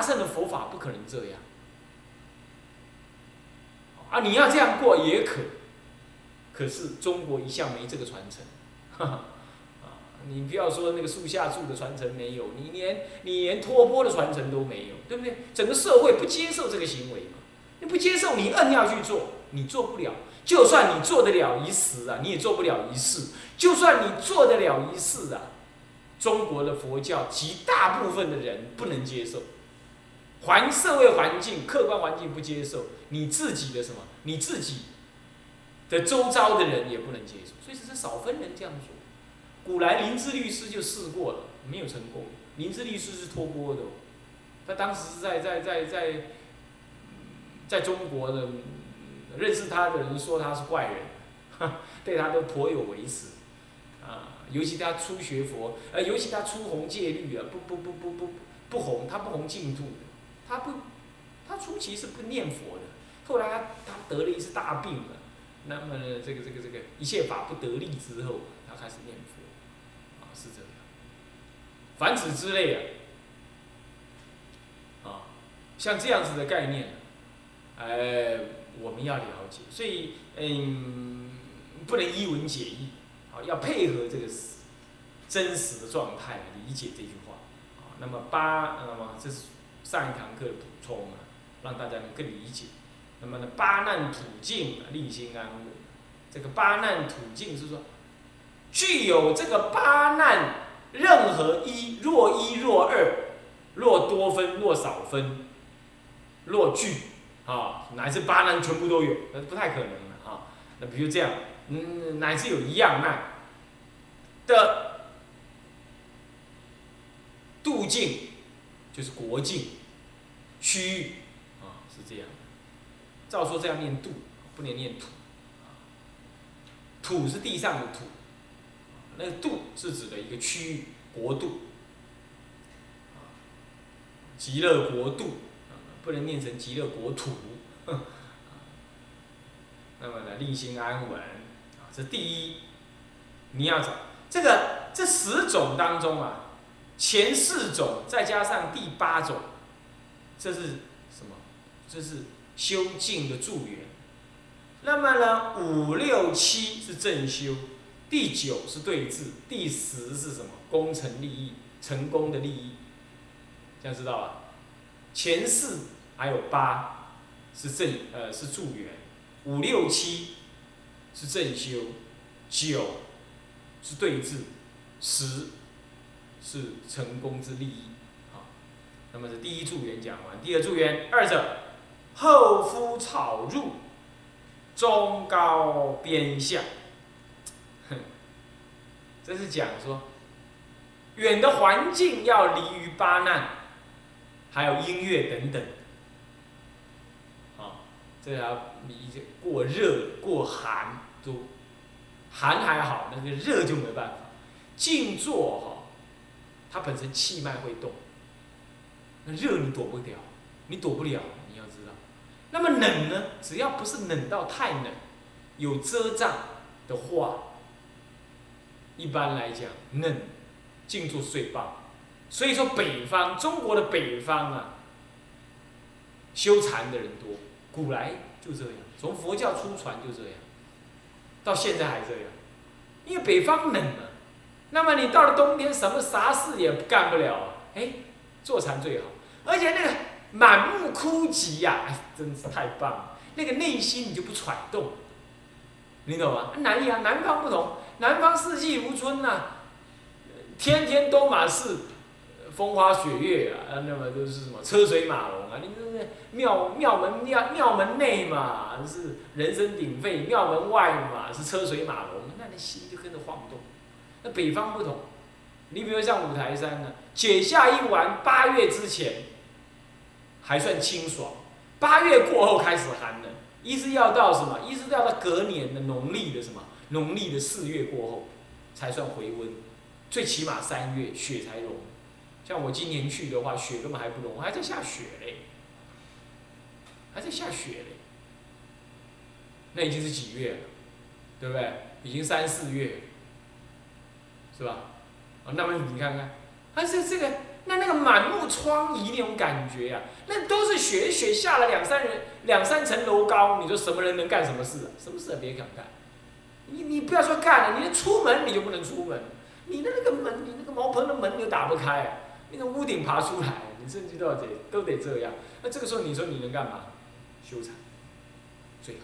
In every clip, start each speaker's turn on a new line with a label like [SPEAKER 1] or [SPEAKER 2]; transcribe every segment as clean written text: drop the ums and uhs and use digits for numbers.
[SPEAKER 1] 圣的佛法不可能这样。啊，你要这样过也可，可是中国一向没这个传承，哈哈，啊，你不要说那个树下住的传承没有，你连托钵的传承都没有，对不对？整个社会不接受这个行为嘛，你不接受，你硬要去做，你做不了。就算你做得了一时啊，你也做不了一世。就算你做得了一世啊，中国的佛教极大部分的人不能接受，社会环境、客观环境不接受，你自己的什么？你自己的周遭的人也不能接受，所以只是少分人这样做。古来林芝律师就试过了，没有成功。林芝律师是托钵的，他当时是在中国的。认识他的人说他是怪人，对他都颇有微词，啊，尤其他初学佛，尤其他出弘戒律啊，不弘，他不弘净土的，他初期是不念佛的，后来他得了一次大病了，那么呢，这个一切法不得力之后，他开始念佛，啊，是这样，凡此之类啊，像这样子的概念，我们要了解，所以不能一文解义，啊，要配合这个真实的状态理解这句话，啊，那么这是上一堂课的补充啊，让大家能更理解。那么呢，八难土境立心安稳，这个八难土境是说，具有这个八难任何若一若二，若多分若少分，若具。啊，乃至八难全部都有，那不太可能了啊。那比如这样，乃至有一样难的度境，就是国境、区域啊，是这样的。照说这样念度，不能念土。土是地上的土，那个度是指的一个区域、国度。极乐国度。不能念成极乐国土，那么呢，令心安稳，啊，这第一，你要找这10种当中啊，前4种再加上第8种，这是什么？这是修净的助缘。那么呢，5、6、7是正修，第9是对治，第10是什么？功成利益，成功的利益，这样知道吧？前4还有8是助缘，5、6、7是正修，9是对治，10是成功之利益。好，那么是第一助缘讲完，第二助缘，二者后夫草入，中高边下。这是讲说，远的环境要离于八难。还有音乐等等，啊，这要过热过寒都，寒还好，那个热就没办法。静坐哈，它本身气脉会动，那热你躲不了，你躲不了，你要知道。那么冷呢，只要不是冷到太冷，有遮障的话，一般来讲冷，静坐最棒。所以说中国的北方啊，修禅的人多，古来就这样，从佛教出传就这样，到现在还这样，因为北方冷啊，那么你到了冬天，啥事也干不了啊，坐禅最好，而且那个满目枯寂呀，真是太棒了，那个内心你就不揣动，你懂吗？南方不同，南方四季如春呐，天天都满是风花雪月啊，那么就是什么车水马龙啊，你这庙门内嘛是人声鼎沸，庙门外嘛是车水马龙，那你心就跟着晃动。那北方不同，你比如像五台山呢，解夏一完，8月之前还算清爽，8月过后开始寒冷，一直要到什么？一直要到隔年的农历的4月过后才算回温，最起码3月雪才融。像我今年去的话，雪根本还不融，还在下雪嘞，那已经是几月了，对不对？已经3、4月了，是吧？那么你看看，但是这个那个满目疮痍那种感觉啊，那都是雪下了两三层楼高，你说什么人能干什么事啊？什么事也别想干。你不要说干了，你连出门你就不能出门，你的那个门，你那个茅棚的门你都打不开啊，你从屋顶爬出来，你甚至都得这样。那这个时候你说你能干嘛？修禅最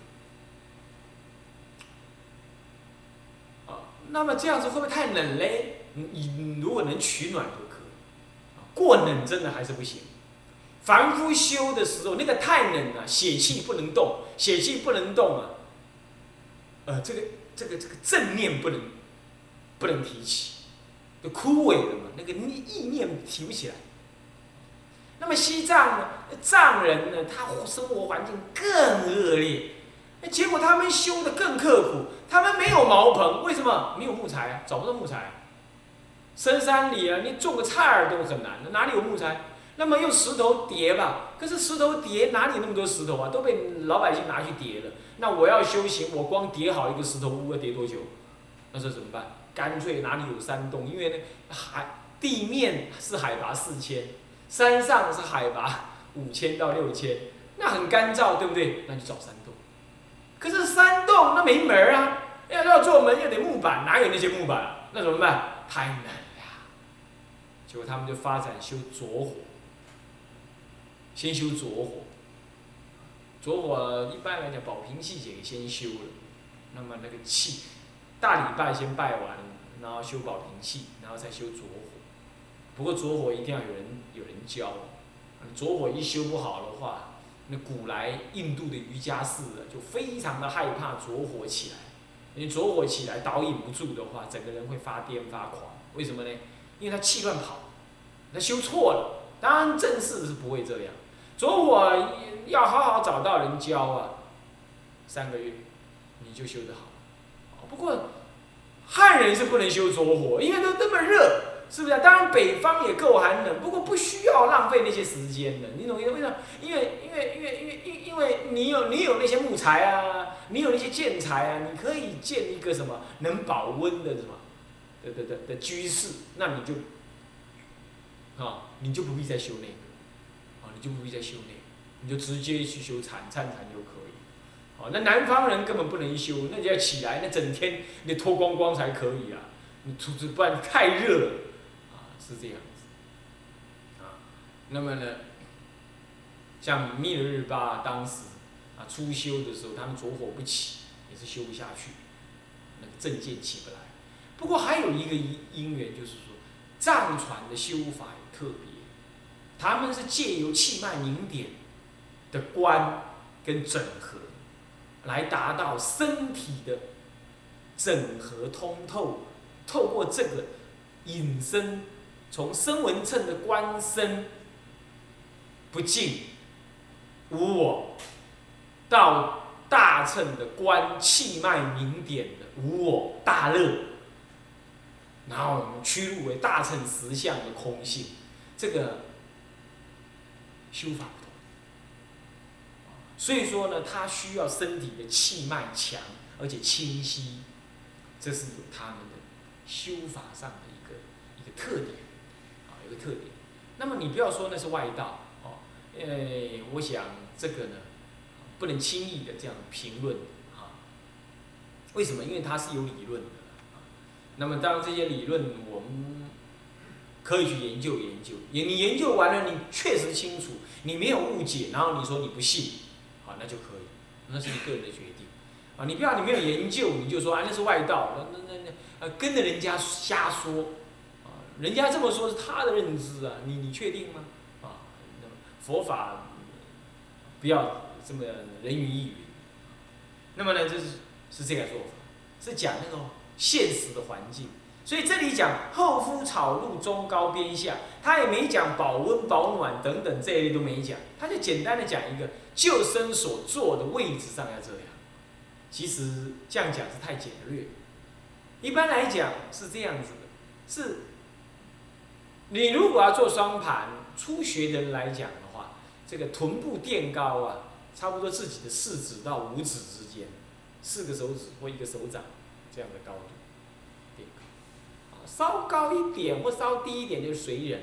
[SPEAKER 1] 好。啊，那么这样子会不会太冷嘞？你如果能取暖就可以，过冷真的还是不行。凡夫修的时候，那个太冷啊，血气不能动，血气不能动啊，这个正念不能提起，就枯萎了嘛，那个意念提不起来。那么西藏呢，藏人呢，他生活环境更恶劣，结果他们修的更刻苦，他们没有茅棚，为什么？没有木材啊，找不到木材。深山里啊，你种个菜儿都很难的，哪里有木材？那么用石头叠吧，可是石头叠哪里那么多石头啊？都被老百姓拿去叠了。那我要修行，我光叠好一个石头屋要叠多久？那这怎么办？干脆哪里有山洞？因为呢，地面是海拔4000，山上是海拔5000到6000，那很干燥，对不对？那就找山洞。可是山洞那没门儿啊，要做门又得木板，哪有那些木板啊？那怎么办？太难了。结果他们就发展修着火，先修着火。着火一般来讲，保平气节先修了，那么那个气，大礼拜先拜完，然后修保平气，然后再修着火。不过着火一定要有人教，着火一修不好的话，那古来印度的瑜伽士就非常的害怕着火起来，因为着火起来导引不住的话，整个人会发癫发狂。为什么呢？因为他气乱跑，他修错了。当然正式是不会这样，着火要好好找到人教啊，3个月你就修得好。不过汉人是不能修着火，因为都那么热，是不是？当然北方也够寒冷，不过不需要浪费那些时间的，你懂意思？为什么？因为你有那些木材啊，你有那些建材啊，你可以建一个什么能保温的什么的居室，那你就不必再修那个，你就不必再修那个，你就直接去修禅就可以。那南方人根本不能修，那就要起来，那整天你脱光光才可以啊，不然太热了，是这样子。那么呢，像密勒日巴当时初修的时候，他们着火不起，也是修不下去，那个正见起不来。不过还有一个因缘，就是说藏传的修法也特别，他们是借由气脉凝点的观跟整合，来达到身体的整合通透，透过这个引申，从声闻乘的观身不净无我，到大乘的观气脉凝点的无我大乐，然后我们趋入为大乘实相的空性，这个修法不同。所以说呢，它需要身体的气脉强，而且清晰，这是有他们的修法上的一个特点，一个特点。那么你不要说那是外道，我想这个呢，不能轻易的这样评论，为什么？因为它是有理论的。那么当这些理论我们可以去研究，你研究完了，你确实清楚，你没有误解，然后你说你不信，那就可以，那是你个人的决定。你不要你没有研究，你就说那是外道，那跟着人家瞎说，人家这么说是他的认知啊，你确定吗？那么佛法不要这么人云亦云。那么呢，是这个做法，是讲那种现实的环境。所以这里讲后夫草露中高边下，他也没讲保温保暖等等这一类都没讲，他就简单的讲一个就身所坐的位置上要这样。其实这样讲是太简略，一般来讲是这样子的，是你如果要做双盘，初学的人来讲的话，这个臀部垫高差不多自己的4指到5指之间，4个手指或1个手掌这样的高度。稍高一点或稍低一点就随人，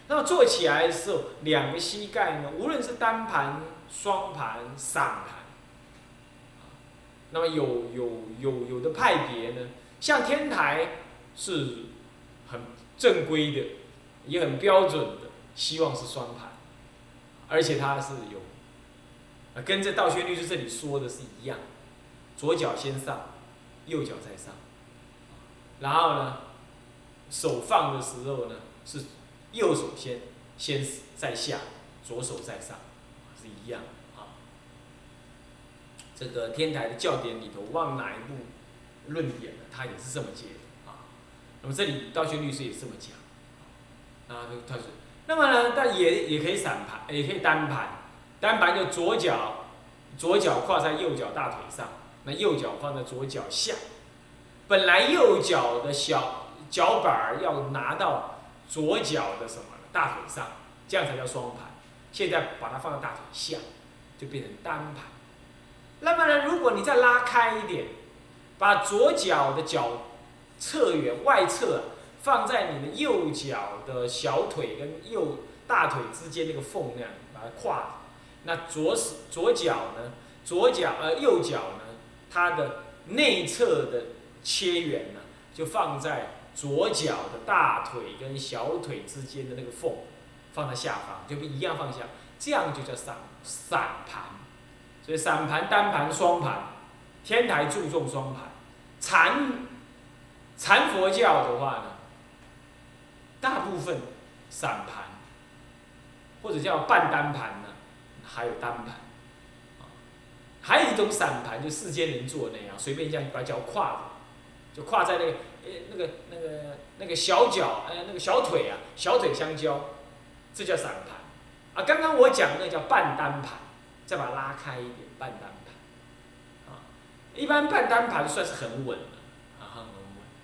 [SPEAKER 1] 那么坐起来的时候，两个膝盖呢，无论是单盘、双盘、散盘，那么有的派别呢，像天台是很正规的，也很标准的，希望是双盘，而且它是有，跟这道宣律师这里说的是一样，左脚先上，右脚再上，然后呢，手放的时候呢是右手先在下，左手在上，是一样啊。这个天台的教典里头，忘哪一部论点呢？他也是这么解的啊。那么这里道宣律师也是这么讲，啊，他是，那么呢，但也可以散盘，也可以单盘，单盘就左脚跨在右脚大腿上，那右脚放在左脚下。本来右脚的脚板要拿到左脚的什么大腿上，这样才叫双盘。现在把它放到大腿下，就变成单盘。那么呢，如果你再拉开一点，把左脚的脚侧缘外侧放在你的右脚的小腿跟大腿之间那个缝那样，把它跨。那右脚呢，它的内侧的切缘呢，就放在左脚的大腿跟小腿之间的那个缝，放在下方，就一样放下，这样就叫散盘。所以散盘、单盘、双盘，天台注重双盘。禅佛教的话呢，大部分散盘，或者叫半单盘呢，还有单盘。还有一种散盘，就世间人做的那样，随便这样把脚跨着，就跨在那个小脚那个小腿啊，小腿相交，这叫散盘。啊，刚刚我讲的那叫半单盘，再把它拉开一点，半单盘。啊，一般半单盘算是很稳了，很稳。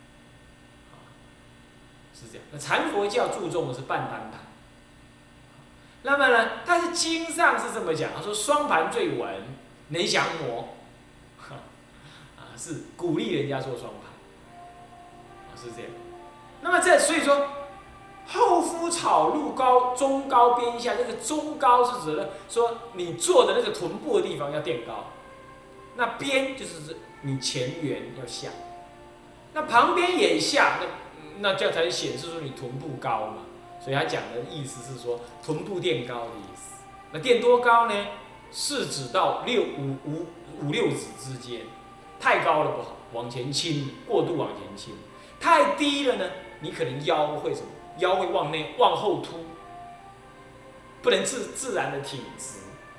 [SPEAKER 1] 是这样。那禅佛教注重的是半单盘。那么呢，但是经上是这么讲，他说双盘最稳，能降魔，是鼓励人家做双盘，是这样。那么所以说，后夫草路高，中高边下，这个中高是指的说你坐的那个臀部的地方要垫高，那边就是指你前缘要下，那旁边也下，那这样才显示出你臀部高嘛。所以他讲的意思是说臀部垫高的意思。那垫多高呢？是指到五六指之间，太高了不好，往前倾，过度往前倾；太低了呢，你可能腰会什么？腰会往后凸，不能自然的挺直，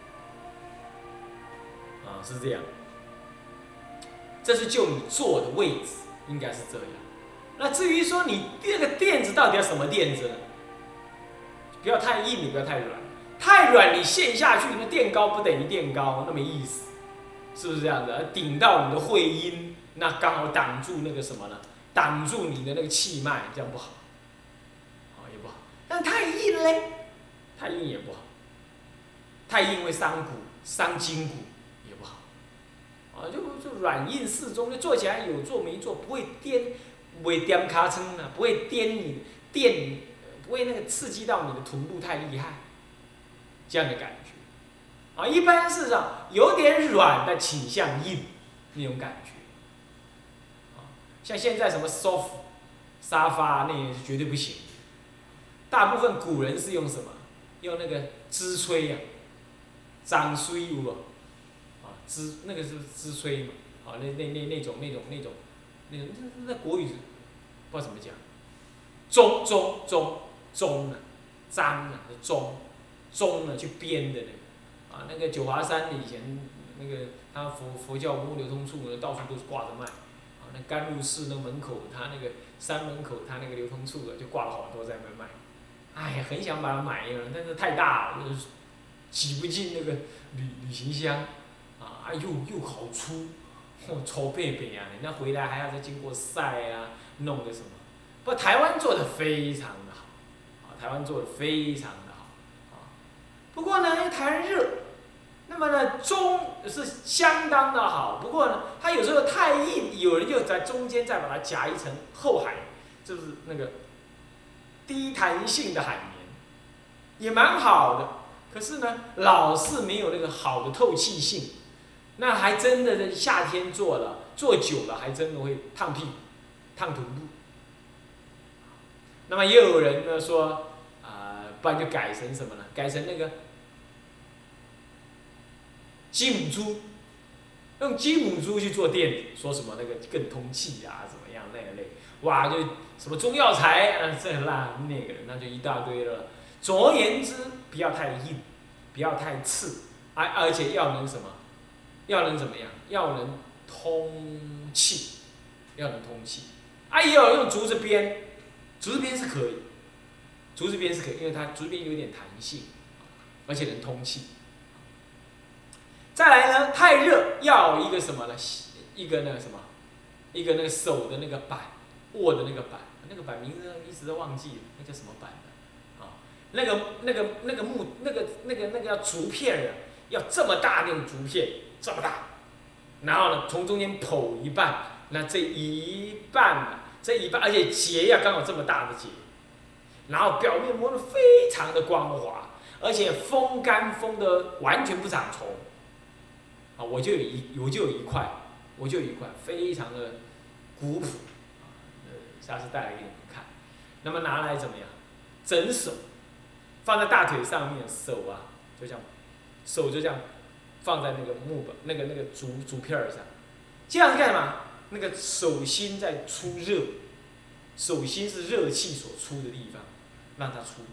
[SPEAKER 1] 是这样。这是就你坐的位置，应该是这样。那至于说你那个垫子到底要什么垫子呢？不要太硬，你不要太软。太软，你陷下去，那垫高不等于垫高，那没意思，是不是这样的？顶到你的会阴，那刚好挡住那个什么呢？挡住你的那个气脉，这样不好，也不好。但太硬嘞，太硬也不好，太硬会伤骨、伤筋骨，也不好。就软硬适中，就做起来有做没做，不会颠卡撑啊，不会不会那个刺激到你的臀部太厉害。这样的感觉，一般事实上有点软但倾向硬那种感觉，像现在什么沙发那些是绝对不行。大部分古人是用什么？用那个支吹呀，掌吹有无？那个是支吹嘛？那种，那国语不知道怎么讲，中呢，张呢，中呢去编的那个九华山以前那个他佛教文物流通处呢，到处都是挂着卖，那甘露寺那门口，他那个山门口他那个流通处就挂了好多在那卖，哎呀，很想把它买了，但是太大了，挤不进那个旅行箱，又好粗，丑贝贝啊，那回来还要再经过晒啊，弄个什么，不过台湾做的非常的好，台湾做的非常的好。不过呢，因为台湾热，那么呢，中是相当的好。不过呢，它有时候太硬，有人就在中间再把它夹一层厚海，就是那个低弹性的海绵， 也蛮好的。可是呢，老是没有那个好的透气性，那还真的夏天做了，做久了还真的会烫屁股、烫臀部。那么也有人呢说，不然就改成什么呢？改成那个鸡母猪，用鸡母猪去做垫子，说什么那个更通气啊，怎么样那一类，哇，就什么中药材这那个，那就一大堆了。总而言之，不要太硬，不要太刺，而且要能什么？要能怎么样？要能通气，要能通气。也有人用竹子编，竹子编是可以，竹子编是可以，因为它竹子编有点弹性，而且能通气。再来呢，太热要有一个什么呢？一个那个什么，一个那个手的那个板，握的那个板，那个板名字一直都忘记了，那叫什么板的？那个木那个要竹片啊，要这么大那种竹片，这么大，然后呢从中间剖一半，那这一半，而且结要刚好这么大的结，然后表面磨得非常的光滑，而且风干风的完全不长虫。我就有一块非常的古朴，下次带来给你们看。那么拿来怎么样？整手，放在大腿上面，手就这样放在那个木板那个竹片上，这样是干嘛？那个手心在出热，手心是热气所出的地方，让它出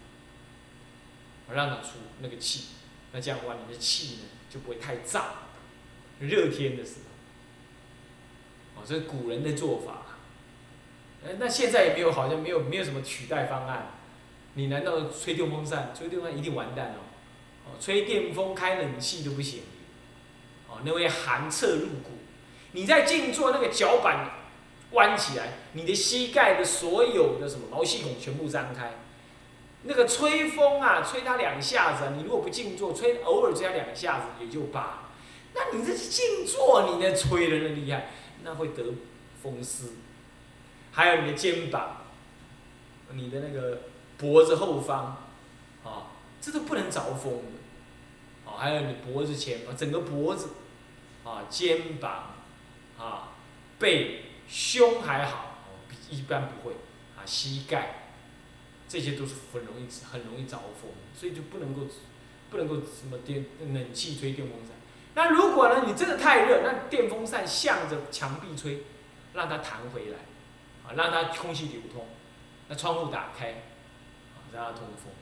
[SPEAKER 1] 那个气，那这样的话你的气呢就不会太燥。热天的时候，这是古人的做法。那现在也没有，好像没有什么取代方案。你难道吹电风扇？吹电风扇一定完蛋哦！吹电风开冷气都不行。那会寒彻入骨。你在静坐那个脚板弯起来，你的膝盖的所有的什么毛细孔全部张开。那个吹风吹它2下子你如果不静坐，偶尔吹它2下子也就罢了。那你这静坐，你那吹的那厉害，那会得风湿。还有你的肩膀，你的那个脖子后方，这都不能着风的。还有你脖子前方，整个脖子，肩膀，背、胸还好，一般不会。膝盖，这些都是很容易着风，所以就不能够什么冷气吹电风扇。那如果呢，你真的太热，那电风扇向着墙壁吹，让它弹回来，让它空气流通，那窗户打开，让它通风，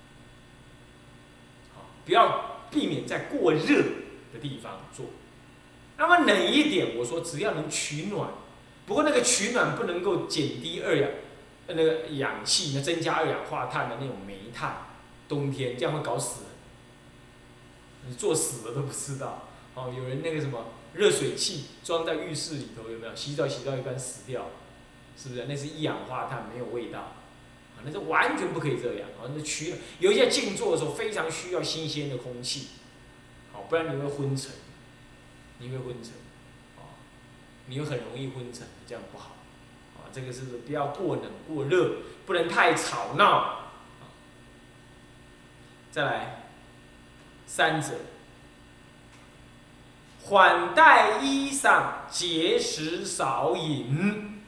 [SPEAKER 1] 不要避免在过热的地方做。那么冷一点，我说只要能取暖，不过那个取暖不能够减低那个氧气，呢增加2氧化碳的那种煤炭，冬天这样会搞死人。你做死了都不知道。有人那个什么热水器装在浴室里头，有没有？洗澡一半死掉，是不是？那是1氧化碳，没有味道。那是完全不可以这样。有一些静坐的时候非常需要新鲜的空气，不然你会昏沉，你会很容易昏沉，这样不好。这个是不要过冷过热，不能太吵闹。再来，3者，缓带衣裳，节食少饮。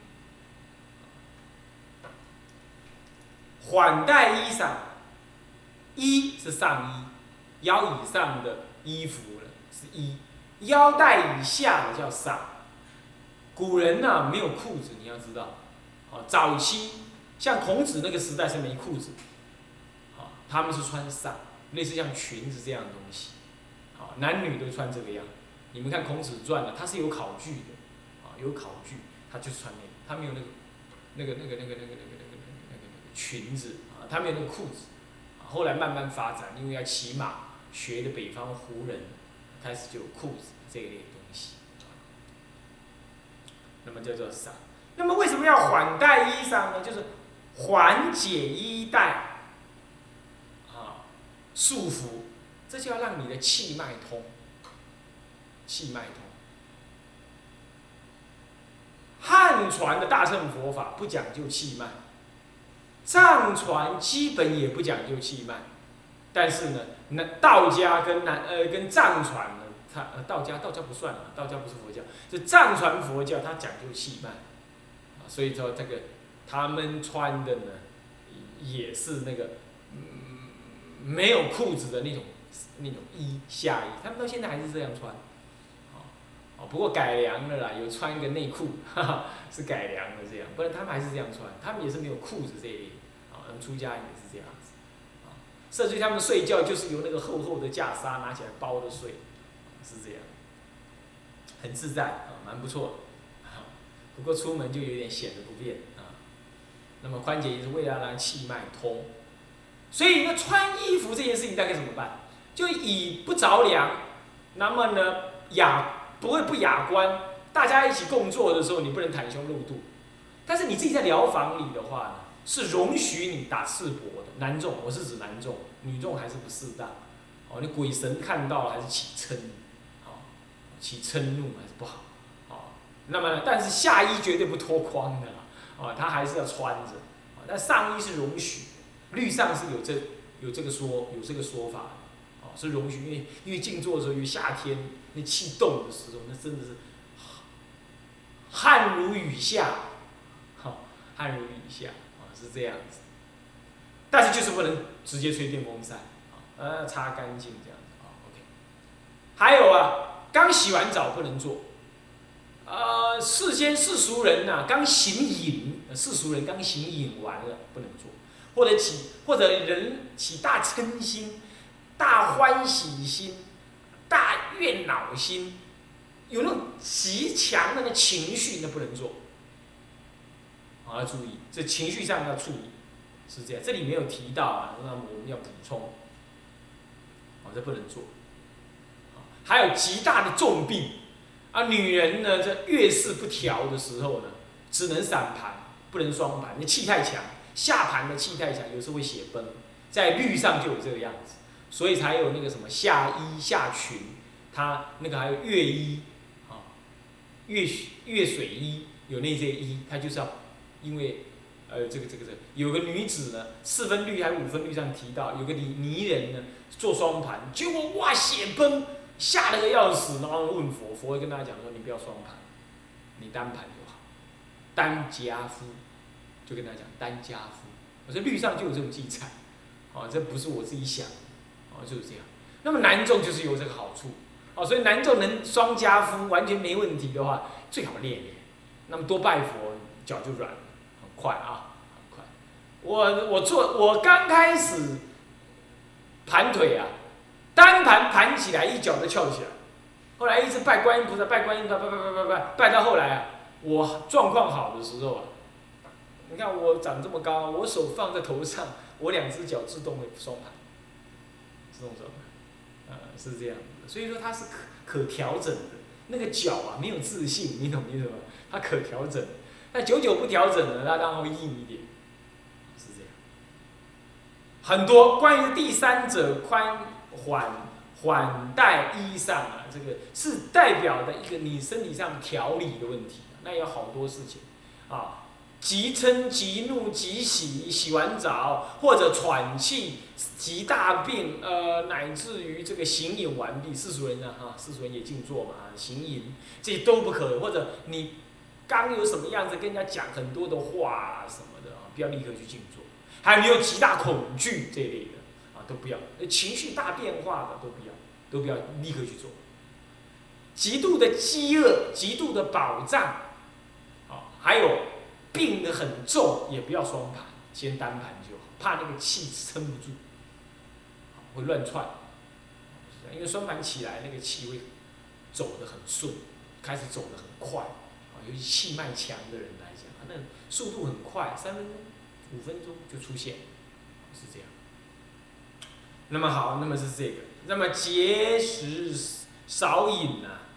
[SPEAKER 1] 缓带衣裳，衣是上衣，腰以上的衣服了是衣，腰带以下的叫裳。古人没有裤子，你要知道，早期像孔子那个时代是没裤子，他们是穿裳，类似像裙子这样的东西，男女都穿这个样。你们看孔子传他是有考据的，有考据，他就是穿那个，他没有那个裙子他没有那个裤子。后来慢慢发展，因为要骑马，学的北方胡人，开始就有裤子这一类东西。那么叫做裳。那么为什么要缓带衣裳呢？就是缓解衣带束缚，这就要让你的气脉通。汉传的大乘佛法不讲究气脉，藏传基本也不讲究气脉， 但是呢，那道家跟藏传呢，道家不算啊，道家不是佛教，就藏传佛教它讲究气脉，啊，所以说这个他们穿的呢，也是那个没有裤子的那种下衣，他们到现在还是这样穿，不过改良了啦，有穿个内裤，是改良的这样，不然他们还是这样穿，他们也是没有裤子这一类，出家也是这样子，甚至他们睡觉就是由那个厚厚的袈裟拿起来包着睡，是这样，很自在蛮不错的，不过出门就有点显得不便那么宽解也是为了让气脉通，所以那穿衣服这件事情大概怎么办？就以不着凉，那么呢不会不雅观，大家一起共坐的时候，你不能袒胸露肚。但是你自己在疗房里的话呢，是容许你打赤膊的。男众，我是指男众，女众还是不适当。你鬼神看到了还是起嗔，起嗔怒还是不好。那么但是下衣绝对不脱光的啦，他还是要穿着。但上衣是容许，律上是有这个说法的，是容许，因为静坐的时候，因为夏天那气动的时候，那真的是汗如雨下，汗如雨下，是这样子。但是就是不能直接吹电风扇，擦干净这样子，OK。还有刚洗完澡不能做，世间世俗人刚行饮，世俗人刚行饮完了不能做，或者人起大嗔心、大欢喜心、大怨恼心，有那种极强的那情绪，那不能做。要注意，这情绪上要处理，是这样。这里没有提到那么我们要补充，这不能做。还有极大的重病，女人呢，这月事不调的时候呢，只能散盘，不能双盘，那气太强，下盘的气太强，有时候会血崩，在律上就有这个样子，所以才有那个什么下衣、下裙，它那个还有月衣，月水衣，有那些衣，它就是要，因为这个有个女子呢，4分律还5分律上提到，有个泥人呢做双盘，结果哇血崩，吓得个要死，然后问佛，佛会跟他讲说，你不要双盘，你单盘就好，单家夫，就跟他讲单家夫，我说律上就有这种记载，这不是我自己想的，就是这样。那么男众就是有这个好处，所以男众能双家夫完全没问题的话，最好练练，那么多拜佛，脚就软了，很快很快。我刚开始盘腿单盘盘起来，一脚就翘起来。后来一直拜观音菩萨，拜到后来我状况好的时候你看我长这么高，我手放在头上，我2只脚自动会双盘，自动双盘，是这样的。所以说它是可调整的，那个脚没有自信，你懂意思吗？它可调整，那久久不调整呢，它当然会硬一点，是这样。很多关于第三者缓带衣裳这个是代表的一个你身体上调理的问题，那有好多事情急嗔、急怒、急喜，洗完澡或者喘气、急大病，乃至于这个行饮完毕，世俗人世俗人也静坐嘛，行饮这些都不可以，或者你刚有什么样子跟人家讲很多的话什么的不要立刻去静坐，还有你有极大恐惧这一类的都不要，情绪大变化的都不要立刻去做，极度的饥饿、极度的饱胀，还有病得很重，也不要双盘，先单盘就好，怕那个气撑不住，会乱窜。因为双盘起来，那个气会走得很顺，开始走得很快，尤其气脉强的人来讲，那速度很快，3分钟、5分钟就出现，是这样。那么好，那么是这个，那么节食少饮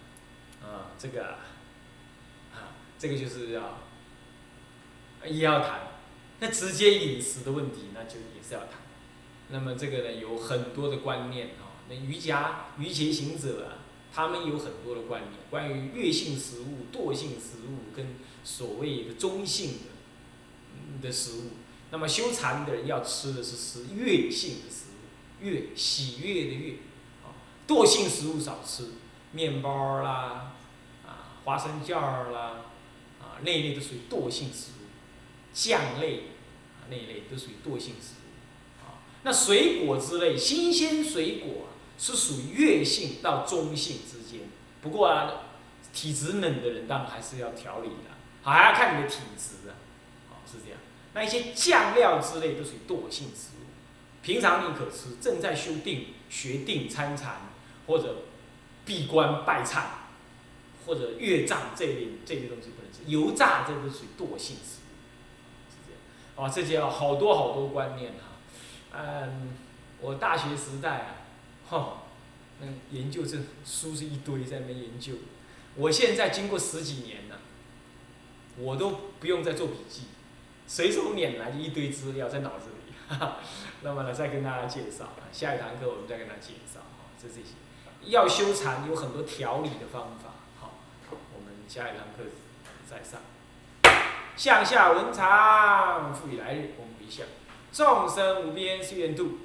[SPEAKER 1] 这个就是也要谈，那直接饮食的问题，那就也是要谈。那么这个呢，有很多的观念那瑜伽行者他们有很多的观念，关于悦性食物、惰性食物跟所谓的中性的食物。那么修禅的人要吃的是悦性的食物， 悦，喜悦的悦。惰性食物少吃，面包啦，花生酱啦，那一类都属于惰性食物，酱类那一类都属于惰性食物。那水果之类，新鲜水果是属于悦性到中性之间。不过体质冷的人当然还是要调理的，还要看你的体质是这样。那一些酱料之类都属于惰性食物，平常你可吃，正在修定、学定、参禅或者闭关拜忏或者阅藏这类东西不能吃，油炸这都属于惰性食物，是这样。这些好多观念我大学时代研究这书是一堆在那边研究。我现在经过10几年了，我都不用再做笔记，随手拈来就一堆资料在脑子里。那么呢，再跟大家介绍，下一堂课我们再跟大家介绍。这些要修禅有很多调理的方法。我们下一堂课再上。向下文长，复以来日，我们回向。众生无边誓愿度，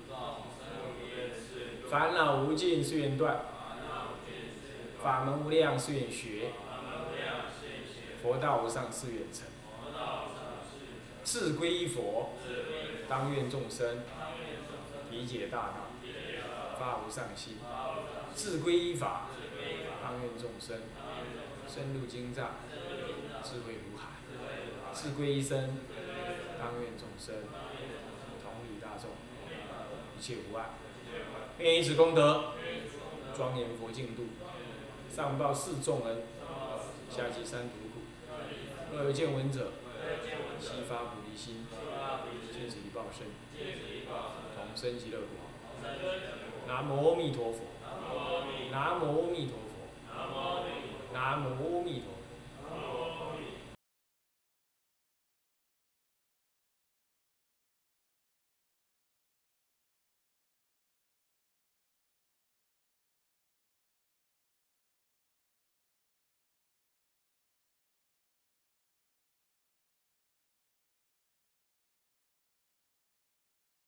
[SPEAKER 1] 烦恼无尽誓愿断，法门无量誓愿学，佛道无上誓愿成。志归依佛，当愿众生理解大道，发无上心；志归依法，当愿众生深入经藏，智慧如海；志归依僧，当愿众生同理大众，一切无碍。愿以此功德，庄严佛净土，上报四重恩，下济三途苦。若有见闻者，悉发菩提心，尽此一报身，同生极乐国。南无阿弥陀佛。南无阿弥陀佛。南无